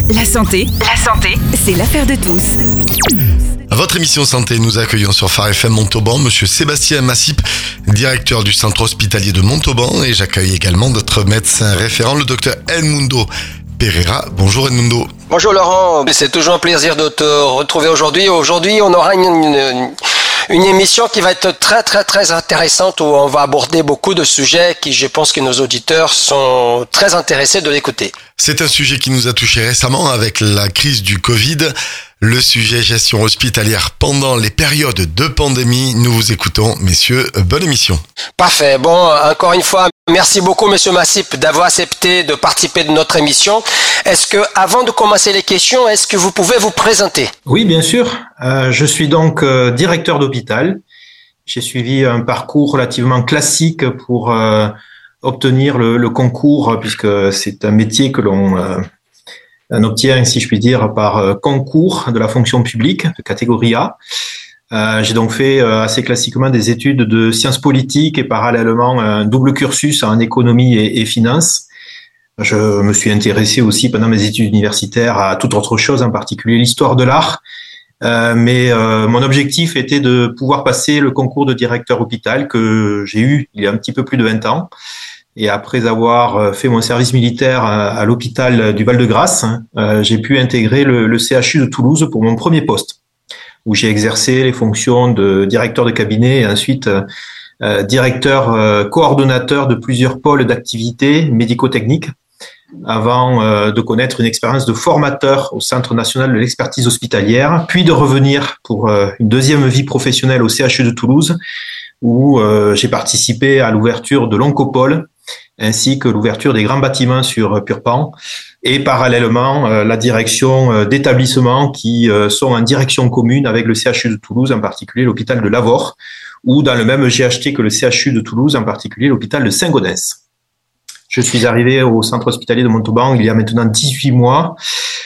La santé, c'est l'affaire de tous. À votre émission Santé, nous accueillons sur Phare FM Montauban Monsieur Sébastien Massip, directeur du centre hospitalier de Montauban, et j'accueille également notre médecin référent, le docteur Edmundo Pereira. Bonjour Edmundo. Bonjour Laurent, c'est toujours un plaisir de te retrouver aujourd'hui. Aujourd'hui, on aura une émission qui va être très intéressante où on va aborder beaucoup de sujets qui, je pense que nos auditeurs sont très intéressés de l'écouter. C'est un sujet qui nous a touché récemment avec la crise du Covid. Le sujet gestion hospitalière pendant les périodes de pandémie. Nous vous écoutons, messieurs. Bonne émission. Parfait. Bon, encore une fois, merci beaucoup, monsieur Massip, d'avoir accepté de participer de notre émission. Est-ce que, avant de commencer les questions, est-ce que vous pouvez vous présenter? Oui, bien sûr. Je suis donc directeur d'hôpital. J'ai suivi un parcours relativement classique pour obtenir le concours, puisque c'est un métier que l'on obtient, si je puis dire, par concours de la fonction publique de catégorie A. J'ai donc fait assez classiquement des études de sciences politiques et parallèlement un double cursus en économie et finance. Je me suis intéressé aussi pendant mes études universitaires à toute autre chose, en particulier l'histoire de l'art. Mais mon objectif était de pouvoir passer le concours de directeur hôpital que j'ai eu il y a un petit peu plus de 20 ans. Et après avoir fait mon service militaire à l'hôpital du Val-de-Grâce, j'ai pu intégrer le CHU de Toulouse pour mon premier poste, où j'ai exercé les fonctions de directeur de cabinet et ensuite directeur coordonnateur de plusieurs pôles d'activités médico-techniques, avant de connaître une expérience de formateur au Centre national de l'expertise hospitalière, puis de revenir pour une deuxième vie professionnelle au CHU de Toulouse, où j'ai participé à l'ouverture de l'Oncopole, ainsi que l'ouverture des grands bâtiments sur Purpan, et parallèlement la direction d'établissements qui sont en direction commune avec le CHU de Toulouse, en particulier l'hôpital de Lavore, ou dans le même GHT que le CHU de Toulouse, en particulier l'hôpital de Saint-Gaudens. Je suis arrivé au centre hospitalier de Montauban il y a maintenant 18 mois,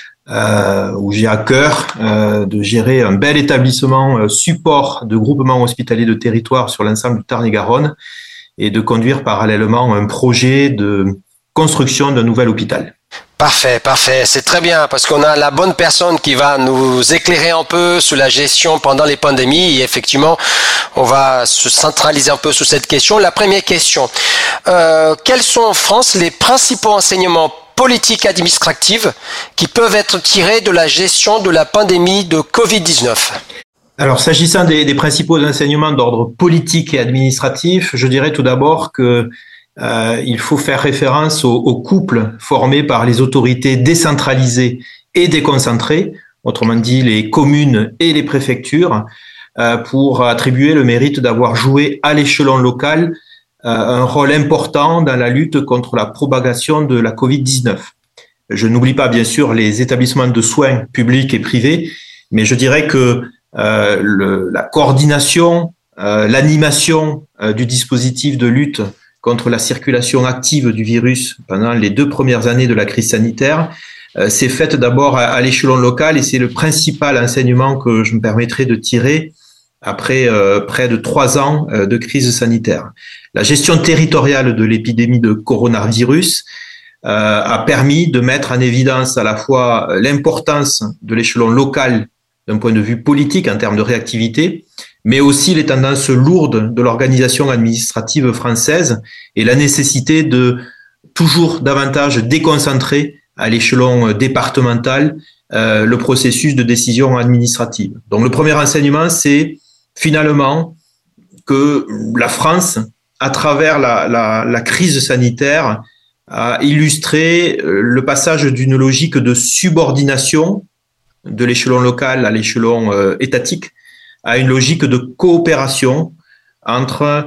où j'ai à cœur de gérer un bel établissement support de groupement hospitalier de territoire sur l'ensemble du Tarn-et-Garonne et de conduire parallèlement un projet de construction d'un nouvel hôpital. Parfait. C'est très bien parce qu'on a la bonne personne qui va nous éclairer un peu sur la gestion pendant les pandémies et effectivement, on va se centraliser un peu sur cette question. La première question, quels sont en France les principaux enseignements politiques et administratifs qui peuvent être tirés de la gestion de la pandémie de Covid-19 ? Alors, s'agissant des principaux enseignements d'ordre politique et administratif, je dirais tout d'abord que il faut faire référence au couple formé par les autorités décentralisées et déconcentrées, autrement dit les communes et les préfectures, pour attribuer le mérite d'avoir joué à l'échelon local un rôle important dans la lutte contre la propagation de la Covid-19. Je n'oublie pas bien sûr les établissements de soins publics et privés, mais je dirais que la coordination, l'animation du dispositif de lutte contre la circulation active du virus pendant les 2 premières années de la crise sanitaire s'est faite d'abord à l'échelon local et c'est le principal enseignement que je me permettrai de tirer après près de 3 ans de crise sanitaire. La gestion territoriale de l'épidémie de coronavirus a permis de mettre en évidence à la fois l'importance de l'échelon local d'un point de vue politique en termes de réactivité, mais aussi les tendances lourdes de l'organisation administrative française et la nécessité de toujours davantage déconcentrer à l'échelon départemental le processus de décision administrative. Donc le premier enseignement, c'est finalement que la France, à travers la crise sanitaire, a illustré le passage d'une logique de subordination de l'échelon local à l'échelon étatique, à une logique de coopération entre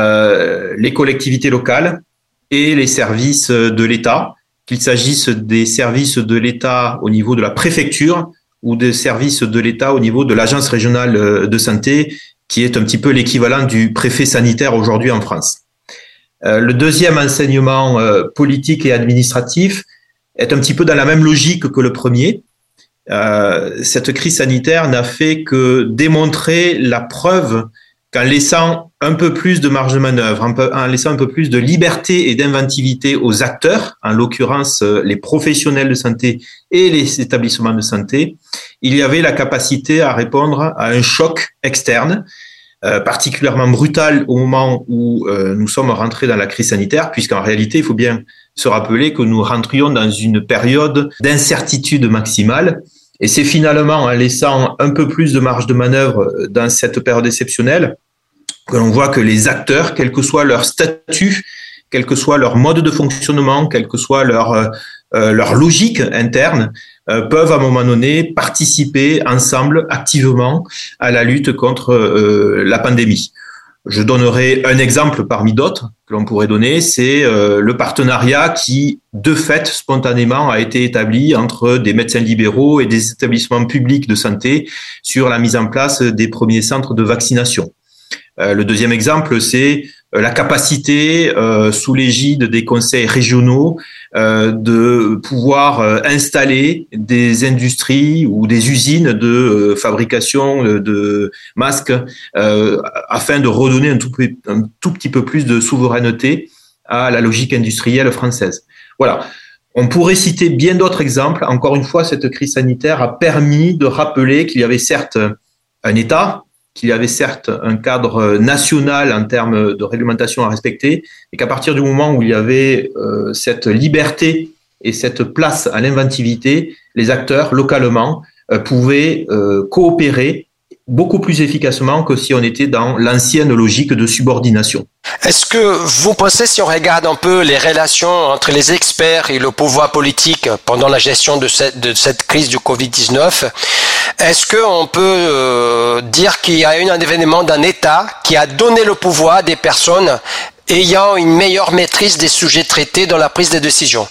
les collectivités locales et les services de l'État, qu'il s'agisse des services de l'État au niveau de la préfecture ou des services de l'État au niveau de l'agence régionale de santé, qui est un petit peu l'équivalent du préfet sanitaire aujourd'hui en France. Le deuxième enseignement politique et administratif est un petit peu dans la même logique que le premier. Cette crise sanitaire n'a fait que démontrer la preuve qu'en laissant un peu plus de marge de manœuvre, en laissant un peu plus de liberté et d'inventivité aux acteurs, en l'occurrence les professionnels de santé et les établissements de santé, il y avait la capacité à répondre à un choc externe, particulièrement brutal au moment où nous sommes rentrés dans la crise sanitaire, puisqu'en réalité, il faut bien se rappeler que nous rentrions dans une période d'incertitude maximale. Et c'est finalement en laissant un peu plus de marge de manœuvre dans cette période exceptionnelle que l'on voit que les acteurs, quel que soit leur statut, quel que soit leur mode de fonctionnement, quelle que soit leur logique interne, peuvent à un moment donné participer ensemble activement à la lutte contre la pandémie. Je donnerai un exemple parmi d'autres que l'on pourrait donner, c'est le partenariat qui, de fait, spontanément, a été établi entre des médecins libéraux et des établissements publics de santé sur la mise en place des premiers centres de vaccination. Le deuxième exemple, c'est la capacité, sous l'égide des conseils régionaux, de pouvoir installer des industries ou des usines de fabrication de masques afin de redonner un tout petit peu plus de souveraineté à la logique industrielle française. Voilà. On pourrait citer bien d'autres exemples. Encore une fois, cette crise sanitaire a permis de rappeler qu'il y avait certes un État, qu'il y avait certes un cadre national en termes de réglementation à respecter, et qu'à partir du moment où il y avait cette liberté et cette place à l'inventivité, les acteurs localement pouvaient coopérer beaucoup plus efficacement que si on était dans l'ancienne logique de subordination. Est-ce que vous pensez, si on regarde un peu les relations entre les experts et le pouvoir politique pendant la gestion de cette crise du Covid-19, est-ce qu'on peut dire qu'il y a eu un événement d'un État qui a donné le pouvoir à des personnes ayant une meilleure maîtrise des sujets traités dans la prise de décision?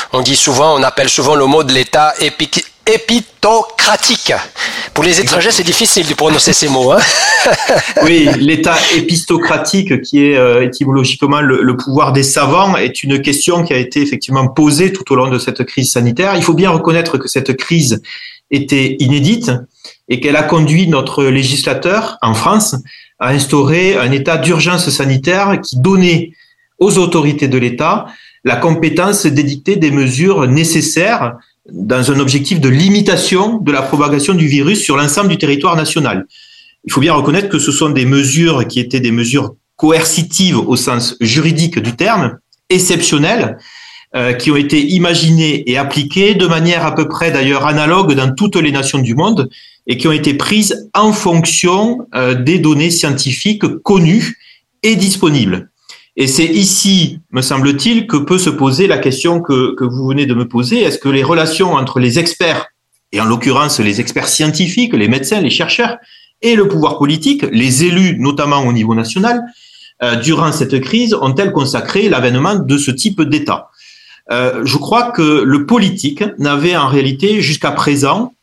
On appelle souvent le mot de l'État épistocratique. Pour les étrangers, c'est difficile de prononcer ces mots. Hein. Oui, l'État épistocratique, qui est étymologiquement le pouvoir des savants, est une question qui a été effectivement posée tout au long de cette crise sanitaire. Il faut bien reconnaître que cette crise était inédite et qu'elle a conduit notre législateur en France à instaurer un état d'urgence sanitaire qui donnait aux autorités de l'État la compétence d'édicter des mesures nécessaires dans un objectif de limitation de la propagation du virus sur l'ensemble du territoire national. Il faut bien reconnaître que ce sont des mesures qui étaient des mesures coercitives au sens juridique du terme, exceptionnelles, qui ont été imaginées et appliquées de manière à peu près d'ailleurs analogue dans toutes les nations du monde et qui ont été prises en fonction des données scientifiques connues et disponibles. Et c'est ici, me semble-t-il, que peut se poser la question que vous venez de me poser. Est-ce que les relations entre les experts, et en l'occurrence les experts scientifiques, les médecins, les chercheurs, et le pouvoir politique, les élus notamment au niveau national, durant cette crise, ont-elles consacré l'avènement de ce type d'État ? Je crois que le politique n'avait en réalité jusqu'à présent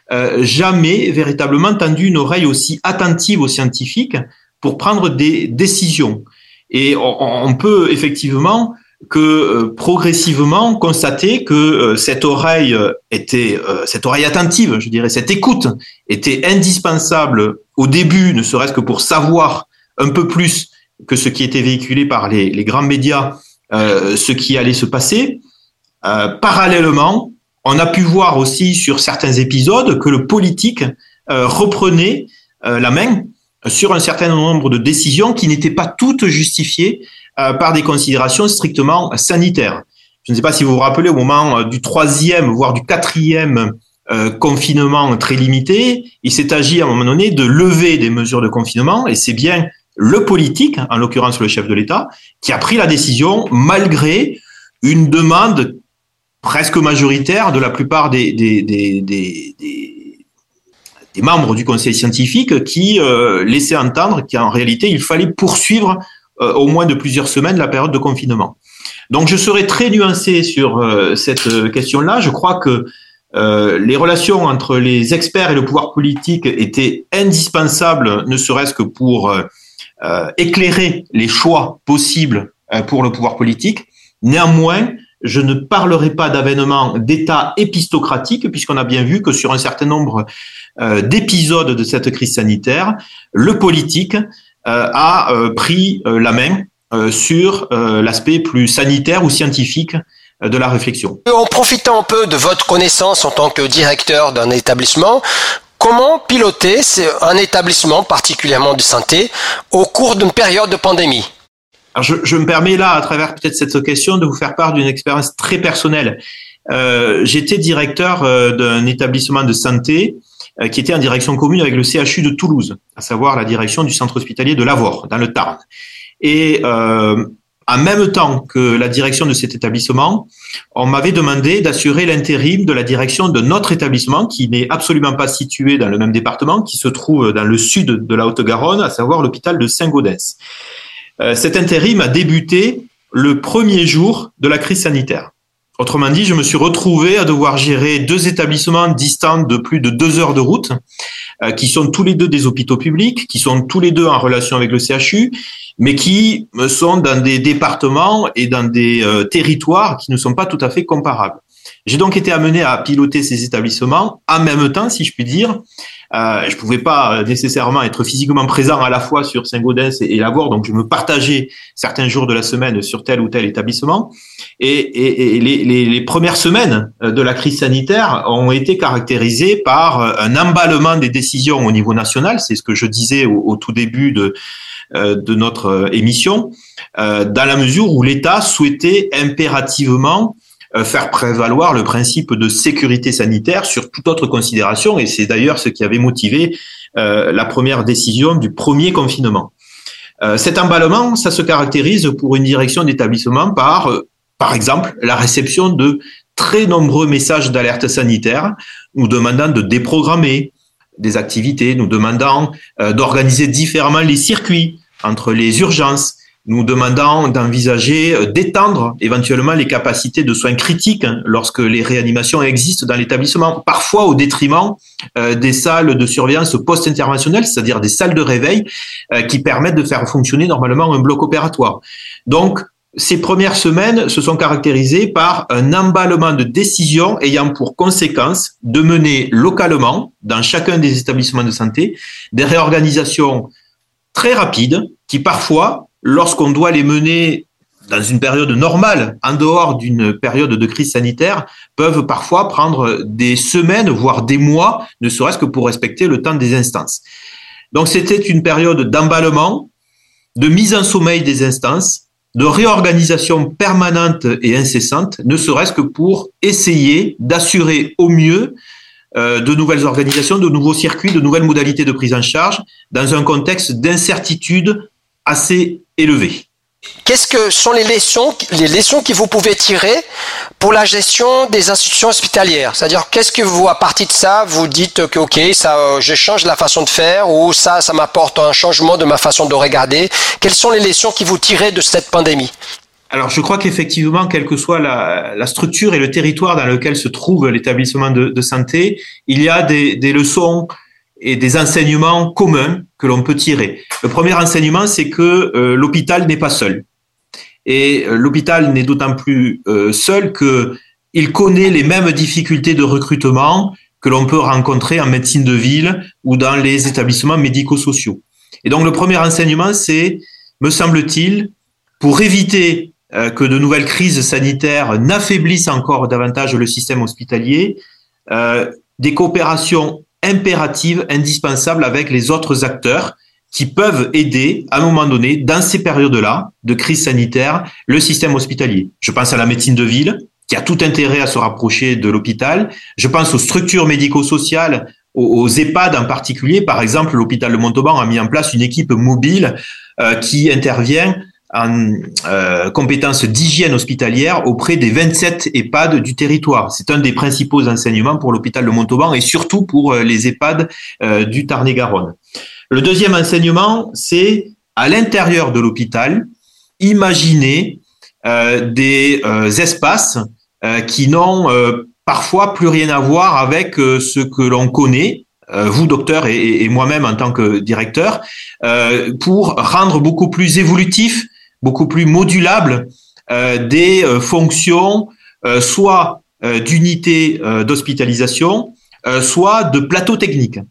jamais véritablement tendu une oreille aussi attentive aux scientifiques pour prendre des décisions. Et on peut effectivement que progressivement constater que cette oreille attentive, je dirais, cette écoute était indispensable au début, ne serait-ce que pour savoir un peu plus que ce qui était véhiculé par les grands médias, ce qui allait se passer. Parallèlement, on a pu voir aussi sur certains épisodes que le politique reprenait la main sur un certain nombre de décisions qui n'étaient pas toutes justifiées par des considérations strictement sanitaires. Je ne sais pas si vous vous rappelez, au moment du 3e, voire du 4e confinement très limité, il s'est agi à un moment donné de lever des mesures de confinement, et c'est bien le politique, en l'occurrence le chef de l'État, qui a pris la décision malgré une demande presque majoritaire de la plupart des membres du conseil scientifique qui laissaient entendre qu'en réalité, il fallait poursuivre au moins de plusieurs semaines la période de confinement. Donc, je serai très nuancé sur cette question-là. Je crois que les relations entre les experts et le pouvoir politique étaient indispensables, ne serait-ce que pour éclairer les choix possibles pour le pouvoir politique. Néanmoins, je ne parlerai pas d'avènement d'État épistocratique, puisqu'on a bien vu que sur un certain nombre d'épisodes de cette crise sanitaire, le politique a pris la main sur l'aspect plus sanitaire ou scientifique de la réflexion. En profitant un peu de votre connaissance en tant que directeur d'un établissement, comment piloter un établissement particulièrement de santé au cours d'une période de pandémie? Alors je me permets là, à travers peut-être cette question, de vous faire part d'une expérience très personnelle. J'étais directeur d'un établissement de santé qui était en direction commune avec le CHU de Toulouse, à savoir la direction du centre hospitalier de Lavore, dans le Tarn. Et en même temps que la direction de cet établissement, on m'avait demandé d'assurer l'intérim de la direction de notre établissement, qui n'est absolument pas situé dans le même département, qui se trouve dans le sud de la Haute-Garonne, à savoir l'hôpital de Saint-Gaudens. Cet intérim a débuté le premier jour de la crise sanitaire. Autrement dit, je me suis retrouvé à devoir gérer 2 établissements distants de plus de 2 heures de route, qui sont tous les 2 des hôpitaux publics, qui sont tous les 2 en relation avec le CHU, mais qui sont dans des départements et dans des territoires qui ne sont pas tout à fait comparables. J'ai donc été amené à piloter ces établissements en même temps, si je puis dire. Je pouvais pas nécessairement être physiquement présent à la fois sur Saint-Gaudens et Lavore, donc je me partageais certains jours de la semaine sur tel ou tel établissement. Et les premières semaines de la crise sanitaire ont été caractérisées par un emballement des décisions au niveau national. C'est ce que je disais au tout début de notre émission, dans la mesure où l'État souhaitait impérativement faire prévaloir le principe de sécurité sanitaire sur toute autre considération, et c'est d'ailleurs ce qui avait motivé la première décision du premier confinement. Cet emballement, ça se caractérise pour une direction d'établissement par exemple, la réception de très nombreux messages d'alerte sanitaire nous demandant de déprogrammer des activités, nous demandant d'organiser différemment les circuits entre les urgences, nous demandant d'envisager d'étendre éventuellement les capacités de soins critiques lorsque les réanimations existent dans l'établissement, parfois au détriment des salles de surveillance post-interventionnelle, c'est-à-dire des salles de réveil qui permettent de faire fonctionner normalement un bloc opératoire. Donc, ces premières semaines se sont caractérisées par un emballement de décisions ayant pour conséquence de mener localement, dans chacun des établissements de santé, des réorganisations très rapides qui parfois, lorsqu'on doit les mener dans une période normale, en dehors d'une période de crise sanitaire, peuvent parfois prendre des semaines, voire des mois, ne serait-ce que pour respecter le temps des instances. Donc c'était une période d'emballement, de mise en sommeil des instances, de réorganisation permanente et incessante, ne serait-ce que pour essayer d'assurer au mieux de nouvelles organisations, de nouveaux circuits, de nouvelles modalités de prise en charge, dans un contexte d'incertitude assez élevé. Qu'est-ce que sont les leçons que vous pouvez tirer pour la gestion des institutions hospitalières? C'est-à-dire, qu'est-ce que vous, à partir de ça, vous dites que ok, ça, je change la façon de faire, ou ça m'apporte un changement de ma façon de regarder? Quelles sont les leçons que vous tirez de cette pandémie? Alors, je crois qu'effectivement, quelle que soit la structure et le territoire dans lequel se trouve l'établissement de santé, il y a des leçons et des enseignements communs que l'on peut tirer. Le premier enseignement, c'est que l'hôpital n'est pas seul. Et l'hôpital n'est d'autant plus seul qu'il connaît les mêmes difficultés de recrutement que l'on peut rencontrer en médecine de ville ou dans les établissements médico-sociaux. Et donc, le premier enseignement, c'est, me semble-t-il, pour éviter que de nouvelles crises sanitaires n'affaiblissent encore davantage le système hospitalier, des coopérations impératives, indispensables avec les autres acteurs qui peuvent aider, à un moment donné, dans ces périodes-là de crise sanitaire, le système hospitalier. Je pense à la médecine de ville, qui a tout intérêt à se rapprocher de l'hôpital. Je pense aux structures médico-sociales, aux EHPAD en particulier. Par exemple, l'hôpital de Montauban a mis en place une équipe mobile qui intervient en compétences d'hygiène hospitalière auprès des 27 EHPAD du territoire. C'est un des principaux enseignements pour l'hôpital de Montauban et surtout pour les EHPAD du Tarn-et-Garonne. Le deuxième enseignement, c'est à l'intérieur de l'hôpital, imaginer des espaces qui n'ont parfois plus rien à voir avec ce que l'on connaît, vous docteur et moi-même en tant que directeur, pour rendre beaucoup plus évolutif, beaucoup plus modulable des fonctions, soit d'unités d'hospitalisation, soit de plateaux techniques.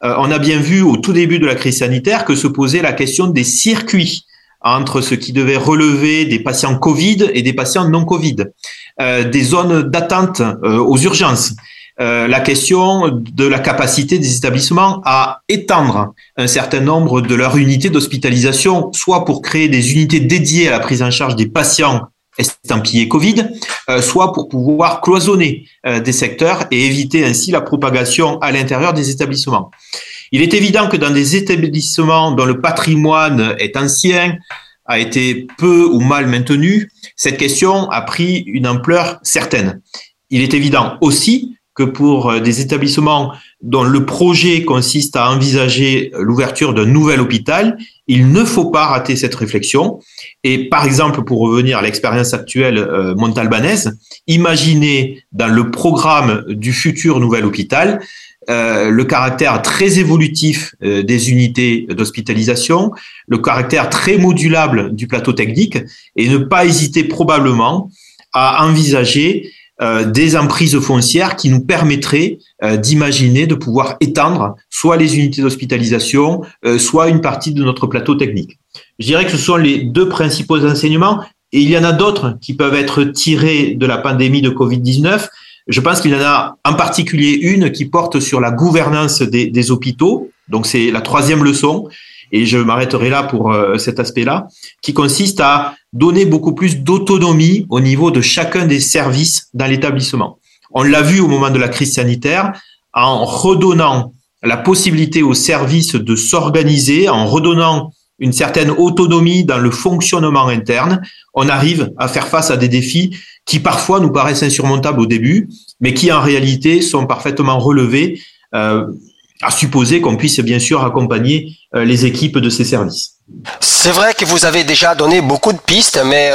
on a bien vu au tout début de la crise sanitaire que se posait la question des circuits entre ce qui devait relever des patients Covid et des patients non Covid, des zones d'attente aux urgences. La question de la capacité des établissements à étendre un certain nombre de leurs unités d'hospitalisation, soit pour créer des unités dédiées à la prise en charge des patients estampillés Covid, soit pour pouvoir cloisonner des secteurs et éviter ainsi la propagation à l'intérieur des établissements. Il est évident que dans des établissements dont le patrimoine est ancien, a été peu ou mal maintenu, cette question a pris une ampleur certaine. Il est évident aussi que pour des établissements dont le projet consiste à envisager l'ouverture d'un nouvel hôpital, il ne faut pas rater cette réflexion. Et par exemple, pour revenir à l'expérience actuelle montalbanaise, imaginez dans le programme du futur nouvel hôpital le caractère très évolutif des unités d'hospitalisation, le caractère très modulable du plateau technique, et ne pas hésiter probablement à envisager des emprises foncières qui nous permettraient d'imaginer de pouvoir étendre soit les unités d'hospitalisation, soit une partie de notre plateau technique. Je dirais que ce sont les deux principaux enseignements, et il y en a d'autres qui peuvent être tirés de la pandémie de Covid-19. Je pense qu'il y en a en particulier une qui porte sur la gouvernance des hôpitaux, donc c'est la troisième leçon, et je m'arrêterai là pour cet aspect-là, qui consiste à donner beaucoup plus d'autonomie au niveau de chacun des services dans l'établissement. On l'a vu au moment de la crise sanitaire, en redonnant la possibilité aux services de s'organiser, en redonnant une certaine autonomie dans le fonctionnement interne, on arrive à faire face à des défis qui parfois nous paraissent insurmontables au début, mais qui en réalité sont parfaitement relevés, à supposer qu'on puisse bien sûr accompagner les équipes de ces services. C'est vrai que vous avez déjà donné beaucoup de pistes, mais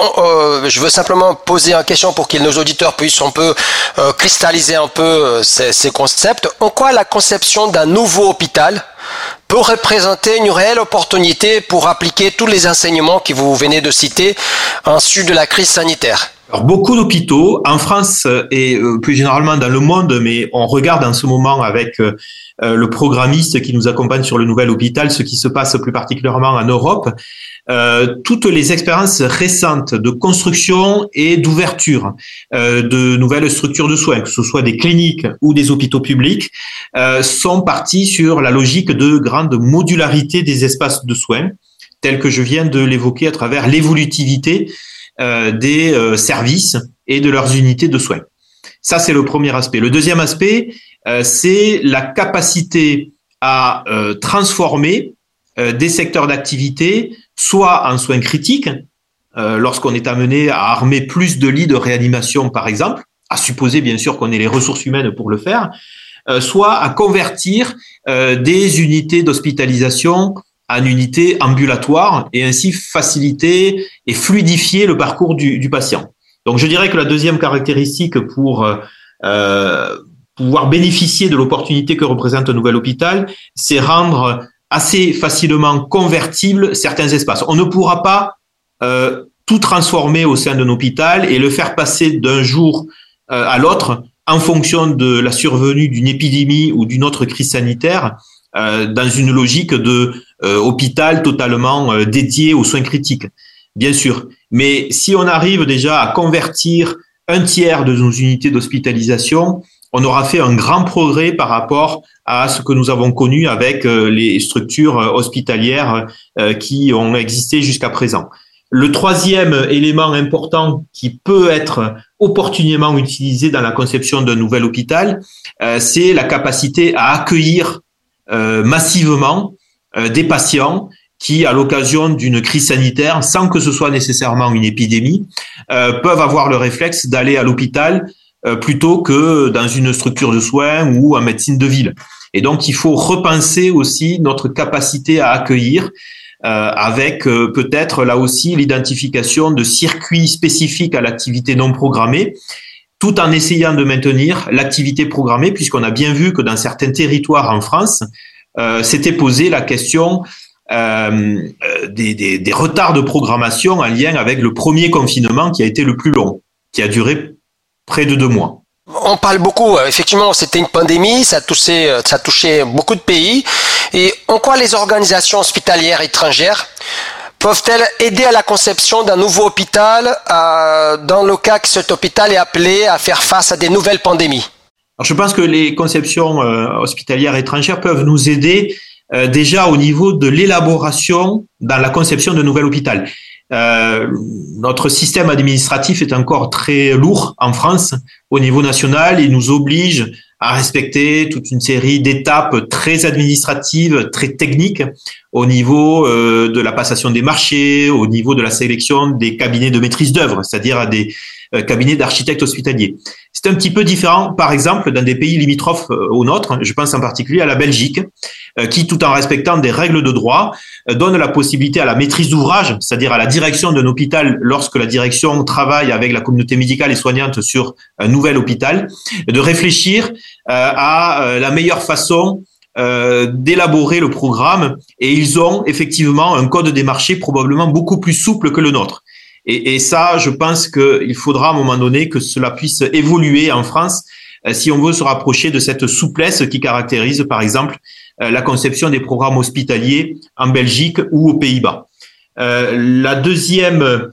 je veux simplement poser une question pour que nos auditeurs puissent un peu cristalliser un peu ces concepts. En quoi la conception d'un nouveau hôpital peut représenter une réelle opportunité pour appliquer tous les enseignements que vous venez de citer ensuite de la crise sanitaire? Alors, beaucoup d'hôpitaux, en France et plus généralement dans le monde, mais on regarde en ce moment avec le programmiste qui nous accompagne sur le nouvel hôpital, ce qui se passe plus particulièrement en Europe, toutes les expériences récentes de construction et d'ouverture de nouvelles structures de soins, que ce soit des cliniques ou des hôpitaux publics, sont parties sur la logique de grande modularité des espaces de soins, tel que je viens de l'évoquer à travers l'évolutivité des services et de leurs unités de soins. Ça, c'est le premier aspect. Le deuxième aspect, c'est la capacité à transformer des secteurs d'activité, soit en soins critiques, lorsqu'on est amené à armer plus de lits de réanimation, par exemple, à supposer bien sûr qu'on ait les ressources humaines pour le faire, soit à convertir des unités d'hospitalisation en unité ambulatoire et ainsi faciliter et fluidifier le parcours du patient. Donc je dirais que la deuxième caractéristique pour pouvoir bénéficier de l'opportunité que représente un nouvel hôpital, c'est rendre assez facilement convertibles certains espaces. On ne pourra pas tout transformer au sein d'un hôpital et le faire passer d'un jour à l'autre en fonction de la survenue d'une épidémie ou d'une autre crise sanitaire, dans une logique de hôpital totalement dédié aux soins critiques, bien sûr. Mais si on arrive déjà à convertir un tiers de nos unités d'hospitalisation, on aura fait un grand progrès par rapport à ce que nous avons connu avec les structures hospitalières qui ont existé jusqu'à présent. Le troisième élément important qui peut être opportunément utilisé dans la conception d'un nouvel hôpital, c'est la capacité à accueillir massivement des patients qui, à l'occasion d'une crise sanitaire, sans que ce soit nécessairement une épidémie, peuvent avoir le réflexe d'aller à l'hôpital plutôt que dans une structure de soins ou en médecine de ville. Et donc, il faut repenser aussi notre capacité à accueillir avec peut-être là aussi l'identification de circuits spécifiques à l'activité non programmée, tout en essayant de maintenir l'activité programmée, puisqu'on a bien vu que dans certains territoires en France, s'était posé la question des retards de programmation en lien avec le premier confinement qui a été le plus long, qui a duré près de 2 mois. On parle beaucoup, effectivement, c'était une pandémie, ça touchait beaucoup de pays. Et en quoi les organisations hospitalières étrangères peuvent-elles aider à la conception d'un nouveau hôpital dans le cas que cet hôpital est appelé à faire face à des nouvelles pandémies? Alors, je pense que les conceptions hospitalières étrangères peuvent nous aider déjà au niveau de l'élaboration dans la conception d'un nouvel hôpital. Notre système administratif est encore très lourd en France au niveau national. Il nous oblige à respecter toute une série d'étapes très administratives, très techniques au niveau de la passation des marchés, au niveau de la sélection des cabinets de maîtrise d'œuvre, c'est-à-dire des cabinets d'architectes hospitaliers. C'est un petit peu différent, par exemple, dans des pays limitrophes au nôtre. Je pense en particulier à la Belgique, qui, tout en respectant des règles de droit, donne la possibilité à la maîtrise d'ouvrage, c'est-à-dire à la direction d'un hôpital, lorsque la direction travaille avec la communauté médicale et soignante sur un nouvel hôpital, de réfléchir à la meilleure façon d'élaborer le programme. Et ils ont effectivement un code des marchés probablement beaucoup plus souple que le nôtre. Et ça, je pense qu'il faudra à un moment donné que cela puisse évoluer en France si on veut se rapprocher de cette souplesse qui caractérise, par exemple, la conception des programmes hospitaliers en Belgique ou aux Pays-Bas. La deuxième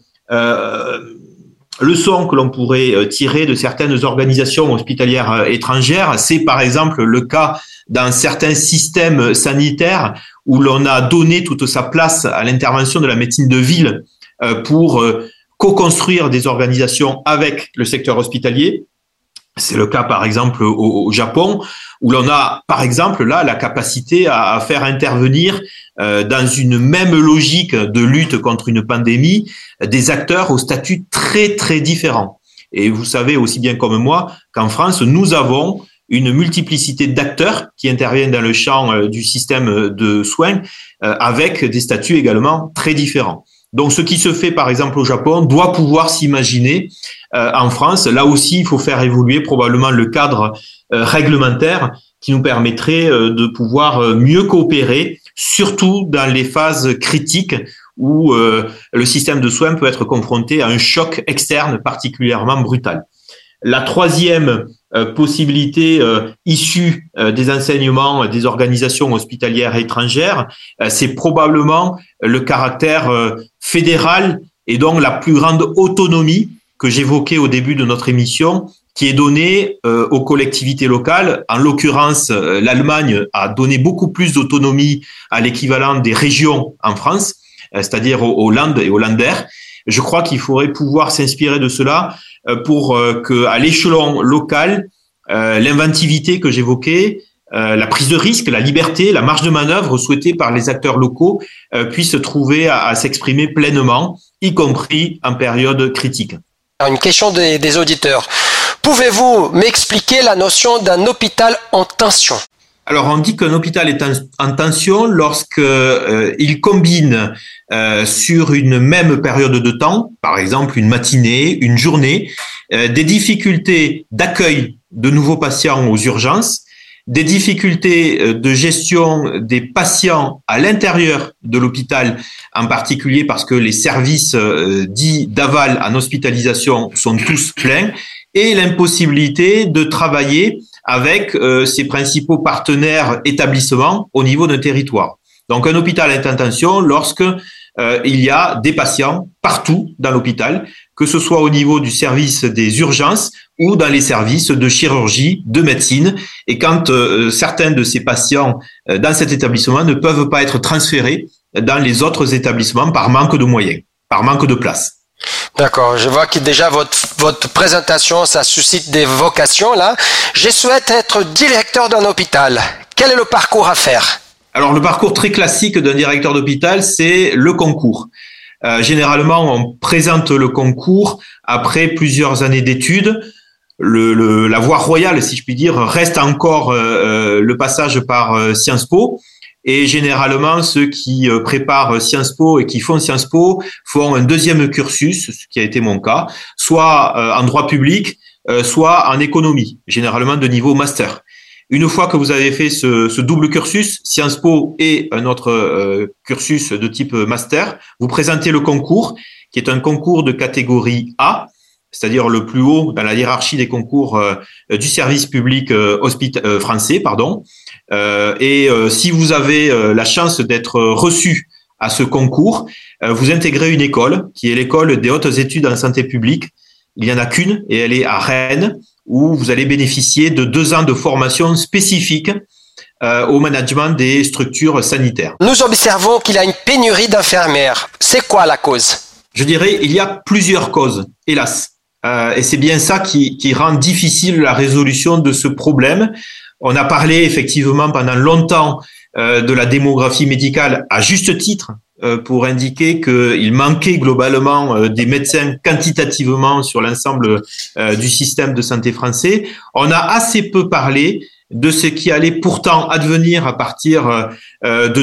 leçon que l'on pourrait tirer de certaines organisations hospitalières étrangères, c'est par exemple le cas dans certains systèmes sanitaires où l'on a donné toute sa place à l'intervention de la médecine de ville pour co-construire des organisations avec le secteur hospitalier. C'est le cas, par exemple, au Japon, où l'on a, par exemple, là, la capacité à faire intervenir dans une même logique de lutte contre une pandémie des acteurs au statut très, très différent. Et vous savez aussi bien comme moi qu'en France, nous avons une multiplicité d'acteurs qui interviennent dans le champ du système de soins avec des statuts également très différents. Donc, ce qui se fait, par exemple, au Japon doit pouvoir s'imaginer en France. Là aussi, il faut faire évoluer probablement le cadre réglementaire qui nous permettrait de pouvoir mieux coopérer, surtout dans les phases critiques où le système de soins peut être confronté à un choc externe particulièrement brutal. La troisième possibilité issue des enseignements des organisations hospitalières étrangères, c'est probablement le caractère fédéral et donc la plus grande autonomie que j'évoquais au début de notre émission, qui est donnée aux collectivités locales. En l'occurrence, l'Allemagne a donné beaucoup plus d'autonomie à l'équivalent des régions en France, c'est-à-dire aux Land et aux Länder. Je crois qu'il faudrait pouvoir s'inspirer de cela pour qu'à l'échelon local, l'inventivité que j'évoquais, la prise de risque, la liberté, la marge de manœuvre souhaitée par les acteurs locaux puisse trouver à s'exprimer pleinement, y compris en période critique. Une question des auditeurs. Pouvez-vous m'expliquer la notion d'un hôpital en tension? Alors, on dit qu'un hôpital est en tension lorsque il combine sur une même période de temps, par exemple une matinée, une journée, des difficultés d'accueil de nouveaux patients aux urgences, des difficultés de gestion des patients à l'intérieur de l'hôpital, en particulier parce que les services dits d'aval en hospitalisation sont tous pleins, et l'impossibilité de travailler avec ses principaux partenaires établissements au niveau d'un territoire. Donc un hôpital est en tension lorsque il y a des patients partout dans l'hôpital, que ce soit au niveau du service des urgences ou dans les services de chirurgie, de médecine. Et quand certains de ces patients dans cet établissement ne peuvent pas être transférés dans les autres établissements par manque de moyens, par manque de place. D'accord, je vois que déjà votre présentation, ça suscite des vocations là. Je souhaite être directeur d'un hôpital. Quel est le parcours à faire? Alors le parcours très classique d'un directeur d'hôpital, c'est le concours. Généralement, on présente le concours après plusieurs années d'études. La voie royale, si je puis dire, reste encore le passage par Sciences Po. Et généralement, ceux qui préparent Sciences Po et qui font Sciences Po font un deuxième cursus, ce qui a été mon cas, soit en droit public, soit en économie, généralement de niveau master. Une fois que vous avez fait ce double cursus, Sciences Po et un autre cursus de type master, vous présentez le concours, qui est un concours de catégorie A, c'est-à-dire le plus haut dans la hiérarchie des concours du service public français, Et si vous avez la chance d'être reçu à ce concours, vous intégrez une école qui est l'école des hautes études en santé publique. Il n'y en a qu'une et elle est à Rennes, où vous allez bénéficier de 2 ans de formation spécifique au management des structures sanitaires. Nous observons qu'il y a une pénurie d'infirmières. C'est quoi la cause ? Je dirais, il y a plusieurs causes, hélas. Et c'est bien ça qui rend difficile la résolution de ce problème. On a parlé effectivement pendant longtemps de la démographie médicale à juste titre pour indiquer qu'il manquait globalement des médecins quantitativement sur l'ensemble du système de santé français. On a assez peu parlé de ce qui allait pourtant advenir à partir de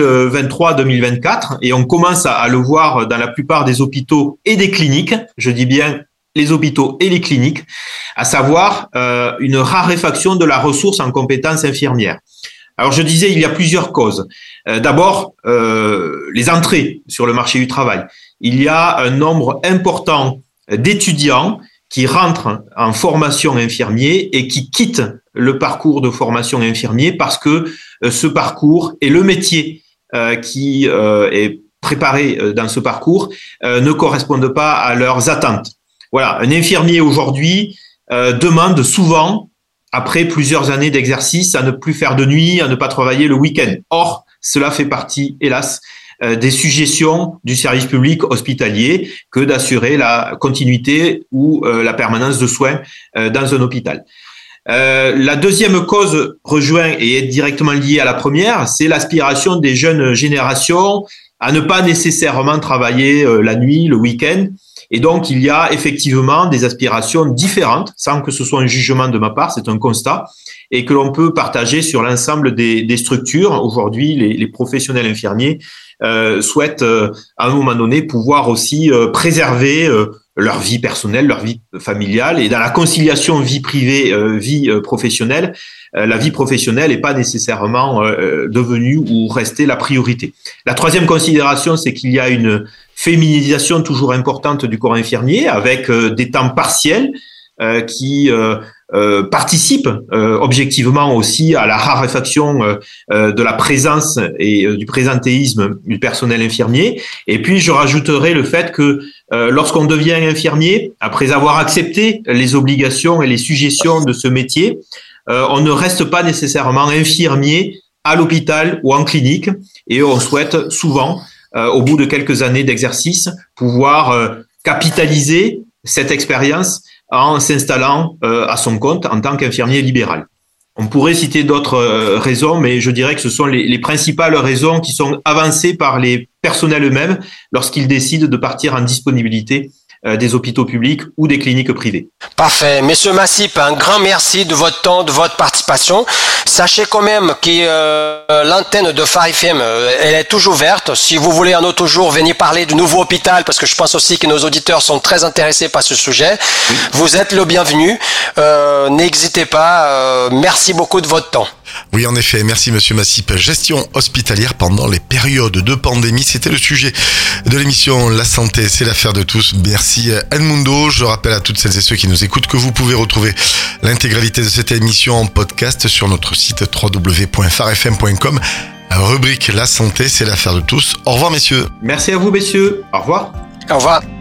2023-2024 et on commence à le voir dans la plupart des hôpitaux et des cliniques, je dis bien les hôpitaux et les cliniques, à savoir une raréfaction de la ressource en compétences infirmières. Alors je disais, il y a plusieurs causes. D'abord, les entrées sur le marché du travail. Il y a un nombre important d'étudiants qui rentrent en formation infirmier et qui quittent le parcours de formation infirmier parce que ce parcours et le métier qui est préparé dans ce parcours ne correspondent pas à leurs attentes. Voilà, un infirmier aujourd'hui demande souvent, après plusieurs années d'exercice, à ne plus faire de nuit, à ne pas travailler le week-end. Or, cela fait partie, hélas, des suggestions du service public hospitalier que d'assurer la continuité ou la permanence de soins dans un hôpital. La deuxième cause rejoint et est directement liée à la première, c'est l'aspiration des jeunes générations à ne pas nécessairement travailler la nuit, le week-end. Et donc, il y a effectivement des aspirations différentes, sans que ce soit un jugement de ma part, c'est un constat, et que l'on peut partager sur l'ensemble des structures. Aujourd'hui, les professionnels infirmiers souhaitent, à un moment donné, pouvoir aussi préserver leur vie personnelle, leur vie familiale, et dans la conciliation vie privée, vie professionnelle, la vie professionnelle n'est pas nécessairement devenue ou restée la priorité. La troisième considération, c'est qu'il y a une féminisation toujours importante du corps infirmier avec des temps partiels qui participent objectivement aussi à la raréfaction de la présence et du présentéisme du personnel infirmier. Et puis, je rajouterai le fait que lorsqu'on devient infirmier, après avoir accepté les obligations et les suggestions de ce métier, on ne reste pas nécessairement infirmier à l'hôpital ou en clinique et on souhaite souvent, au bout de quelques années d'exercice, pouvoir capitaliser cette expérience en s'installant à son compte en tant qu'infirmier libéral. On pourrait citer d'autres raisons, mais je dirais que ce sont les principales raisons qui sont avancées par les personnels eux-mêmes lorsqu'ils décident de partir en disponibilité des hôpitaux publics ou des cliniques privées. Parfait. Monsieur Massip, un grand merci de votre temps, de votre participation. Sachez quand même que l'antenne de Phare FM, elle est toujours ouverte. Si vous voulez un autre jour venir parler du nouveau hôpital, parce que je pense aussi que nos auditeurs sont très intéressés par ce sujet, oui. Vous êtes le bienvenu. N'hésitez pas. Merci beaucoup de votre temps. Oui, en effet. Merci, monsieur Massip. Gestion hospitalière pendant les périodes de pandémie. C'était le sujet de l'émission La Santé, c'est l'affaire de tous. Merci, Edmundo. Je rappelle à toutes celles et ceux qui nous écoutent que vous pouvez retrouver l'intégralité de cette émission en podcast sur notre site www.pharefm.com. Rubrique La Santé, c'est l'affaire de tous. Au revoir, messieurs. Merci à vous, messieurs. Au revoir. Au revoir.